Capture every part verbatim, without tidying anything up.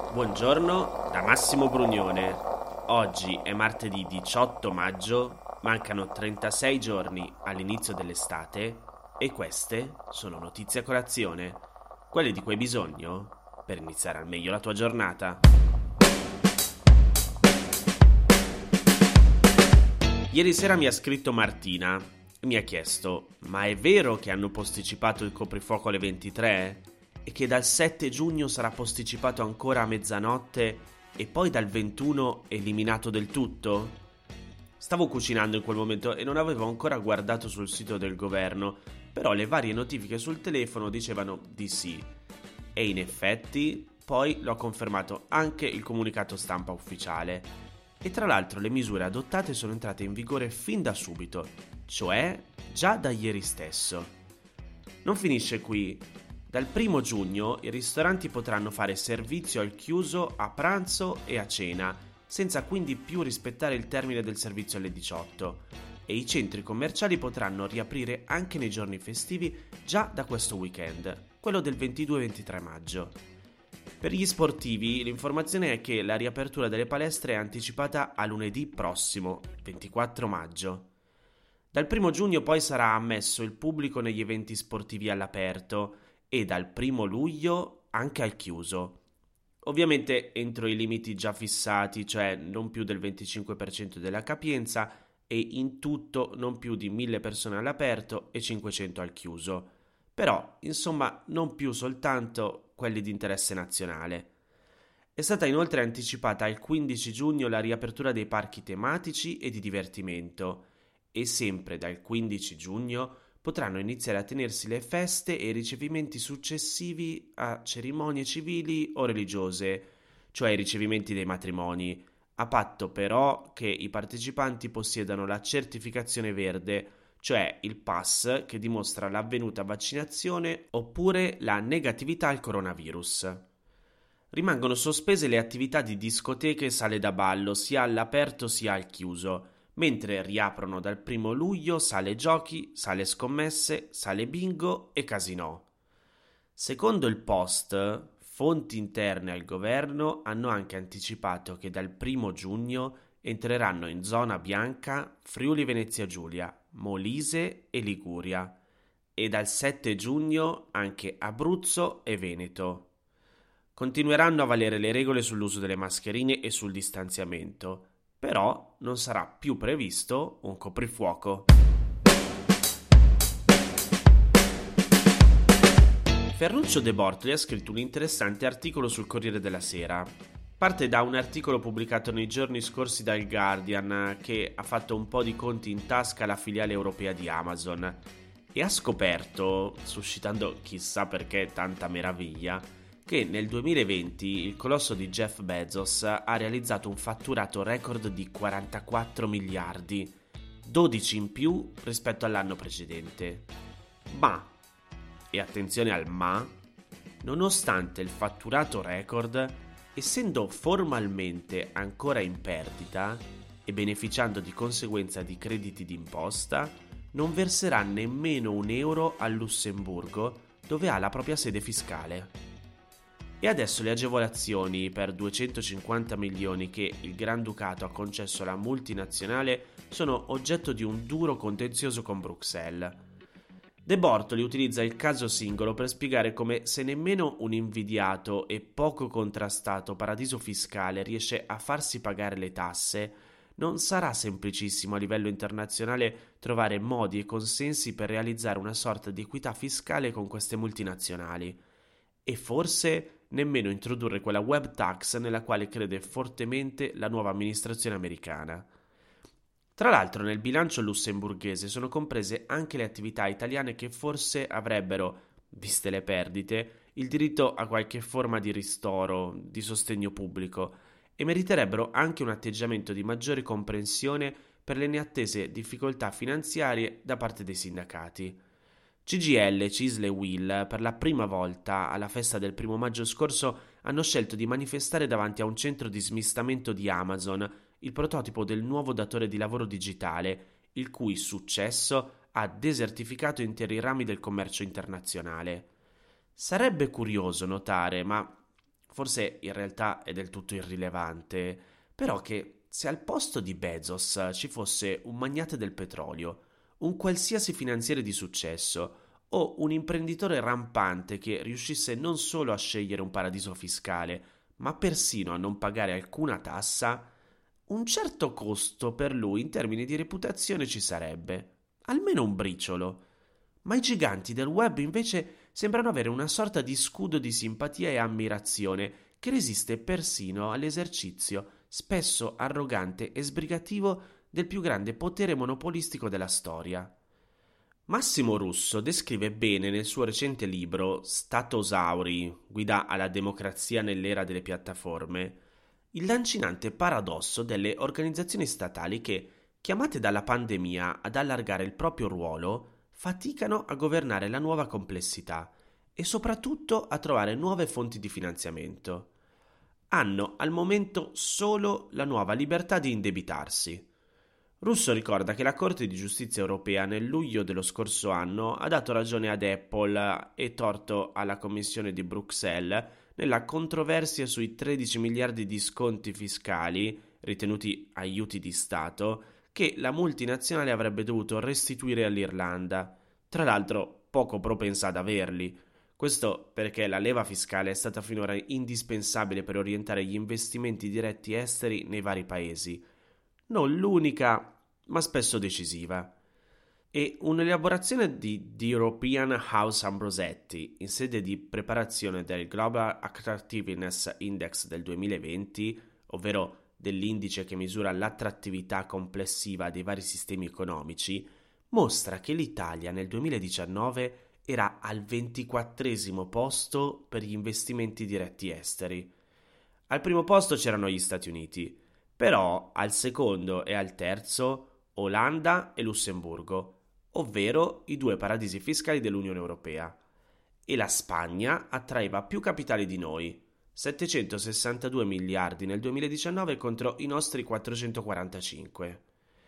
Buongiorno da Massimo Brugnone. Oggi è martedì diciotto maggio, mancano trentasei giorni all'inizio dell'estate e queste sono notizie a colazione, quelle di cui hai bisogno per iniziare al meglio la tua giornata. Ieri sera mi ha scritto Martina e mi ha chiesto: ma è vero che hanno posticipato il coprifuoco alle ventitré? E che dal sette giugno sarà posticipato ancora a mezzanotte e poi dal ventuno eliminato del tutto? Stavo cucinando in quel momento e non avevo ancora guardato sul sito del governo, però le varie notifiche sul telefono dicevano di sì. E in effetti poi l'ho confermato anche il comunicato stampa ufficiale. E tra l'altro le misure adottate sono entrate in vigore fin da subito, cioè già da ieri stesso. Non finisce qui. Dal primo giugno i ristoranti potranno fare servizio al chiuso a pranzo e a cena, senza quindi più rispettare il termine del servizio alle diciotto, e i centri commerciali potranno riaprire anche nei giorni festivi già da questo weekend, quello del ventidue e ventitré maggio. Per gli sportivi l'informazione è che la riapertura delle palestre è anticipata a lunedì prossimo, ventiquattro maggio. Dal primo giugno poi sarà ammesso il pubblico negli eventi sportivi all'aperto, e dal primo luglio anche al chiuso. Ovviamente entro i limiti già fissati, cioè non più del venticinque per cento della capienza e in tutto non più di mille persone all'aperto e cinquecento al chiuso. Però, insomma, non più soltanto quelli di interesse nazionale. È stata inoltre anticipata al quindici giugno la riapertura dei parchi tematici e di divertimento e sempre dal quindici giugno potranno iniziare a tenersi le feste e i ricevimenti successivi a cerimonie civili o religiose, cioè i ricevimenti dei matrimoni, a patto però che i partecipanti possiedano la certificazione verde, cioè il pass che dimostra l'avvenuta vaccinazione oppure la negatività al coronavirus. Rimangono sospese le attività di discoteche e sale da ballo, sia all'aperto sia al chiuso, mentre riaprono dal primo luglio sale giochi, sale scommesse, sale bingo e casinò. Secondo il Post, fonti interne al governo hanno anche anticipato che dal primo giugno entreranno in zona bianca Friuli Venezia Giulia, Molise e Liguria, e dal sette giugno anche Abruzzo e Veneto. Continueranno a valere le regole sull'uso delle mascherine e sul distanziamento, però non sarà più previsto un coprifuoco. Ferruccio De Bortoli ha scritto un interessante articolo sul Corriere della Sera. Parte da un articolo pubblicato nei giorni scorsi dal Guardian, che ha fatto un po' di conti in tasca alla filiale europea di Amazon e ha scoperto, suscitando chissà perché tanta meraviglia, che nel duemilaventi il colosso di Jeff Bezos ha realizzato un fatturato record di quarantaquattro miliardi, dodici in più rispetto all'anno precedente. Ma, e attenzione al ma, nonostante il fatturato record, essendo formalmente ancora in perdita e beneficiando di conseguenza di crediti d'imposta, non verserà nemmeno un euro a Lussemburgo, dove ha la propria sede fiscale. E adesso le agevolazioni per duecentocinquanta milioni che il Granducato ha concesso alla multinazionale sono oggetto di un duro contenzioso con Bruxelles. De Bortoli utilizza il caso singolo per spiegare come se nemmeno un invidiato e poco contrastato paradiso fiscale riesce a farsi pagare le tasse, non sarà semplicissimo a livello internazionale trovare modi e consensi per realizzare una sorta di equità fiscale con queste multinazionali. E forse nemmeno introdurre quella web tax nella quale crede fortemente la nuova amministrazione americana. Tra l'altro nel bilancio lussemburghese sono comprese anche le attività italiane che forse avrebbero, viste le perdite, il diritto a qualche forma di ristoro, di sostegno pubblico, e meriterebbero anche un atteggiamento di maggiore comprensione per le inattese difficoltà finanziarie da parte dei sindacati. C G I L, C I S L e U I L per la prima volta alla festa del primo maggio scorso hanno scelto di manifestare davanti a un centro di smistamento di Amazon, il prototipo del nuovo datore di lavoro digitale, il cui successo ha desertificato interi rami del commercio internazionale. Sarebbe curioso notare, ma forse in realtà è del tutto irrilevante, però che se al posto di Bezos ci fosse un magnate del petrolio, un qualsiasi finanziere di successo o un imprenditore rampante che riuscisse non solo a scegliere un paradiso fiscale, ma persino a non pagare alcuna tassa, un certo costo per lui in termini di reputazione ci sarebbe, almeno un briciolo. Ma i giganti del web invece sembrano avere una sorta di scudo di simpatia e ammirazione che resiste persino all'esercizio spesso arrogante e sbrigativo del più grande potere monopolistico della storia. Massimo Russo descrive bene nel suo recente libro Statosauri, guida alla democrazia nell'era delle piattaforme, il lancinante paradosso delle organizzazioni statali che, chiamate dalla pandemia ad allargare il proprio ruolo, faticano a governare la nuova complessità e soprattutto a trovare nuove fonti di finanziamento. Hanno al momento solo la nuova libertà di indebitarsi. Russo ricorda che la Corte di Giustizia europea nel luglio dello scorso anno ha dato ragione ad Apple e torto alla Commissione di Bruxelles nella controversia sui tredici miliardi di sconti fiscali, ritenuti aiuti di Stato, che la multinazionale avrebbe dovuto restituire all'Irlanda, tra l'altro poco propensa ad averli. Questo perché la leva fiscale è stata finora indispensabile per orientare gli investimenti diretti esteri nei vari paesi. Non l'unica, ma spesso decisiva. E un'elaborazione di The European House Ambrosetti in sede di preparazione del Global Attractiveness Index del duemilaventi, ovvero dell'indice che misura l'attrattività complessiva dei vari sistemi economici, mostra che l'Italia nel duemiladiciannove era al ventiquattresimo posto per gli investimenti diretti esteri. Al primo posto c'erano gli Stati Uniti, però al secondo e al terzo Olanda e Lussemburgo, ovvero i due paradisi fiscali dell'Unione Europea. E la Spagna attraeva più capitali di noi, settecentosessantadue miliardi nel duemiladiciannove contro i nostri quattrocentoquarantacinque.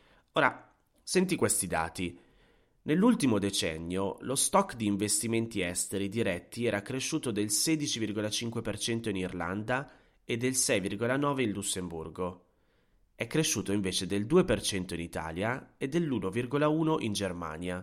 Ora, senti questi dati. Nell'ultimo decennio lo stock di investimenti esteri diretti era cresciuto del sedici virgola cinque per cento in Irlanda e del sei virgola nove per cento in Lussemburgo. È cresciuto invece del due per cento in Italia e dell'uno virgola uno per cento in Germania.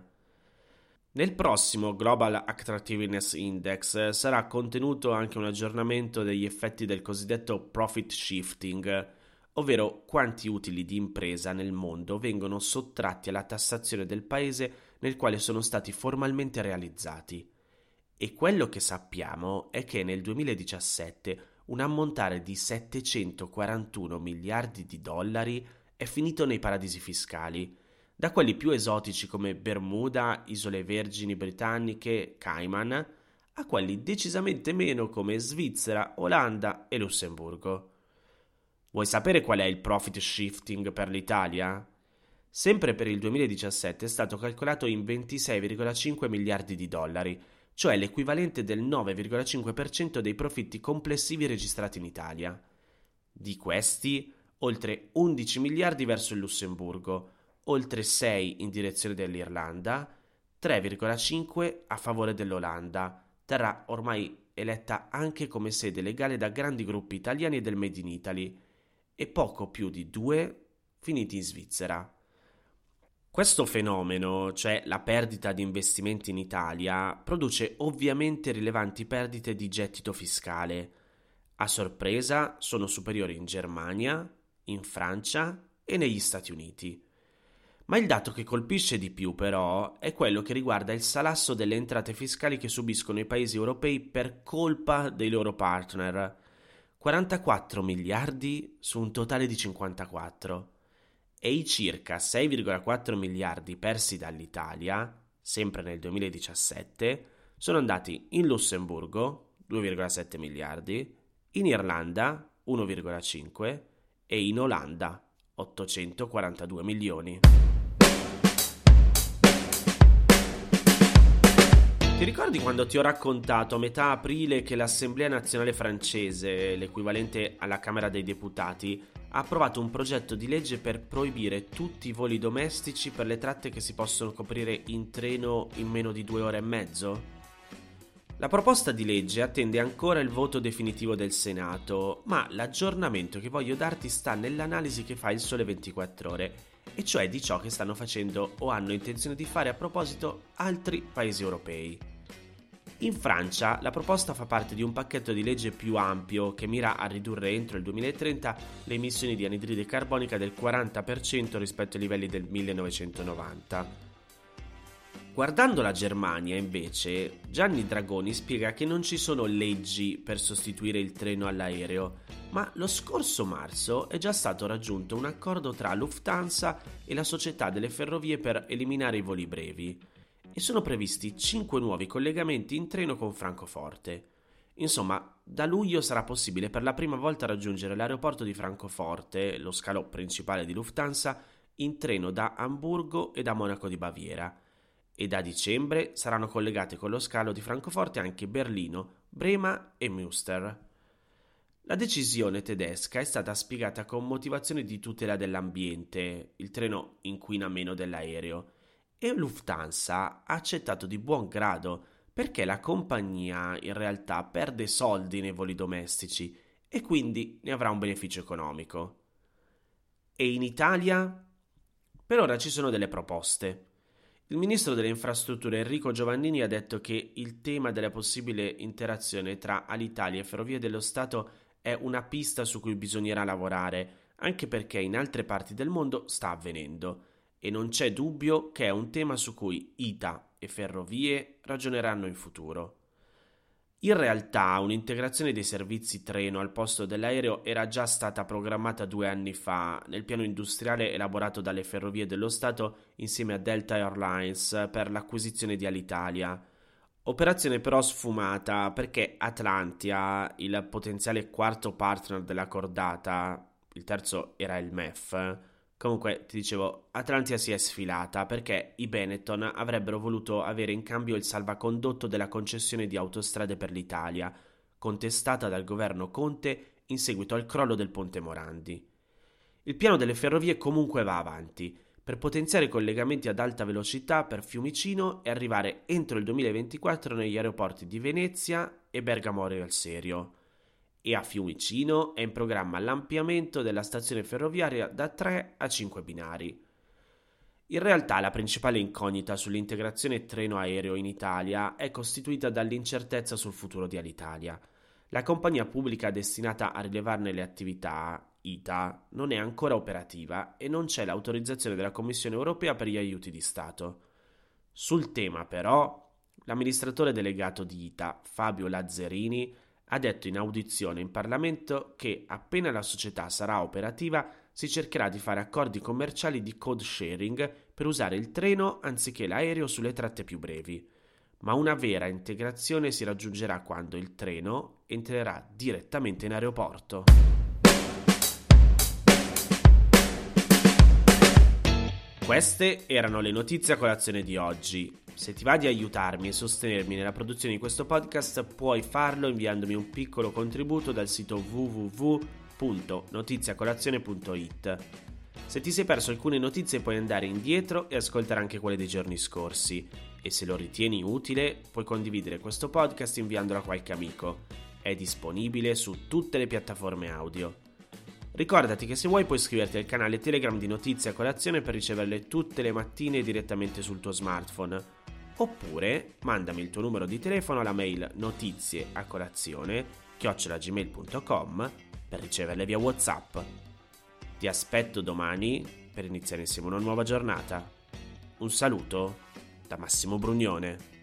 Nel prossimo Global Attractiveness Index sarà contenuto anche un aggiornamento degli effetti del cosiddetto profit shifting, ovvero quanti utili di impresa nel mondo vengono sottratti alla tassazione del paese nel quale sono stati formalmente realizzati. E quello che sappiamo è che nel duemiladiciassette un ammontare di settecentoquarantuno miliardi di dollari è finito nei paradisi fiscali, da quelli più esotici come Bermuda, Isole Vergini Britanniche, Cayman, a quelli decisamente meno come Svizzera, Olanda e Lussemburgo. Vuoi sapere qual è il profit shifting per l'Italia? Sempre per il duemiladiciassette è stato calcolato in ventisei virgola cinque miliardi di dollari, cioè l'equivalente del nove virgola cinque per cento dei profitti complessivi registrati in Italia. Di questi, oltre undici miliardi verso il Lussemburgo, oltre sei in direzione dell'Irlanda, tre virgola cinque a favore dell'Olanda, terra ormai eletta anche come sede legale da grandi gruppi italiani e del Made in Italy, e poco più di due finiti in Svizzera. Questo fenomeno, cioè la perdita di investimenti in Italia, produce ovviamente rilevanti perdite di gettito fiscale. A sorpresa sono superiori in Germania, in Francia e negli Stati Uniti. Ma il dato che colpisce di più, però, è quello che riguarda il salasso delle entrate fiscali che subiscono i paesi europei per colpa dei loro partner. quarantaquattro miliardi su un totale di cinquantaquattro. E i circa sei virgola quattro miliardi persi dall'Italia, sempre nel duemiladiciassette, sono andati in Lussemburgo, due virgola sette miliardi, in Irlanda, uno virgola cinque, e in Olanda, ottocentoquarantadue milioni. Ti ricordi quando ti ho raccontato a metà aprile che l'Assemblea Nazionale Francese, l'equivalente alla Camera dei Deputati, ha approvato un progetto di legge per proibire tutti i voli domestici per le tratte che si possono coprire in treno in meno di due ore e mezzo? La proposta di legge attende ancora il voto definitivo del Senato, ma l'aggiornamento che voglio darti sta nell'analisi che fa il Sole ventiquattro Ore, e cioè di ciò che stanno facendo o hanno intenzione di fare a proposito altri paesi europei. In Francia la proposta fa parte di un pacchetto di legge più ampio che mira a ridurre entro il duemilatrenta le emissioni di anidride carbonica del quaranta per cento rispetto ai livelli del millenovecentonovanta. Guardando la Germania, invece, Gianni Dragoni spiega che non ci sono leggi per sostituire il treno all'aereo, ma lo scorso marzo è già stato raggiunto un accordo tra Lufthansa e la società delle ferrovie per eliminare i voli brevi, e sono previsti cinque nuovi collegamenti in treno con Francoforte. Insomma, da luglio sarà possibile per la prima volta raggiungere l'aeroporto di Francoforte, lo scalo principale di Lufthansa, in treno da Amburgo e da Monaco di Baviera. E da dicembre saranno collegate con lo scalo di Francoforte anche Berlino, Brema e Münster. La decisione tedesca è stata spiegata con motivazioni di tutela dell'ambiente, il treno inquina meno dell'aereo, e Lufthansa ha accettato di buon grado perché la compagnia in realtà perde soldi nei voli domestici e quindi ne avrà un beneficio economico. E in Italia? Per ora ci sono delle proposte. Il ministro delle infrastrutture Enrico Giovannini ha detto che il tema della possibile interazione tra Alitalia e Ferrovie dello Stato è una pista su cui bisognerà lavorare, anche perché in altre parti del mondo sta avvenendo, e non c'è dubbio che è un tema su cui I T A e Ferrovie ragioneranno in futuro. In realtà un'integrazione dei servizi treno al posto dell'aereo era già stata programmata due anni fa nel piano industriale elaborato dalle Ferrovie dello Stato insieme a Delta Airlines per l'acquisizione di Alitalia. Operazione però sfumata perché Atlantia, il potenziale quarto partner della cordata, il terzo era il M E F. Comunque, ti dicevo, Atlantia si è sfilata perché i Benetton avrebbero voluto avere in cambio il salvacondotto della concessione di Autostrade per l'Italia, contestata dal governo Conte in seguito al crollo del Ponte Morandi. Il piano delle ferrovie comunque va avanti, per potenziare i collegamenti ad alta velocità per Fiumicino e arrivare entro il duemilaventiquattro negli aeroporti di Venezia e Bergamo Real Serio. E a Fiumicino è in programma l'ampliamento della stazione ferroviaria da tre a cinque binari. In realtà la principale incognita sull'integrazione treno-aereo in Italia è costituita dall'incertezza sul futuro di Alitalia. La compagnia pubblica destinata a rilevarne le attività, I T A, non è ancora operativa e non c'è l'autorizzazione della Commissione europea per gli aiuti di Stato. Sul tema però, l'amministratore delegato di I T A, Fabio Lazzarini, ha detto in audizione in Parlamento che appena la società sarà operativa si cercherà di fare accordi commerciali di code sharing per usare il treno anziché l'aereo sulle tratte più brevi. Ma una vera integrazione si raggiungerà quando il treno entrerà direttamente in aeroporto. Queste erano le notizie a colazione di oggi. Se ti va di aiutarmi e sostenermi nella produzione di questo podcast, puoi farlo inviandomi un piccolo contributo dal sito w w w punto notiziacolazione punto i t. Se ti sei perso alcune notizie puoi andare indietro e ascoltare anche quelle dei giorni scorsi. E se lo ritieni utile, puoi condividere questo podcast inviandolo a qualche amico. È disponibile su tutte le piattaforme audio. Ricordati che se vuoi puoi iscriverti al canale Telegram di Notizie a Colazione per riceverle tutte le mattine direttamente sul tuo smartphone. Oppure mandami il tuo numero di telefono alla mail notizieacolazione chiocciola gmail punto com per riceverle via WhatsApp. Ti aspetto domani per iniziare insieme una nuova giornata. Un saluto da Massimo Brugnone.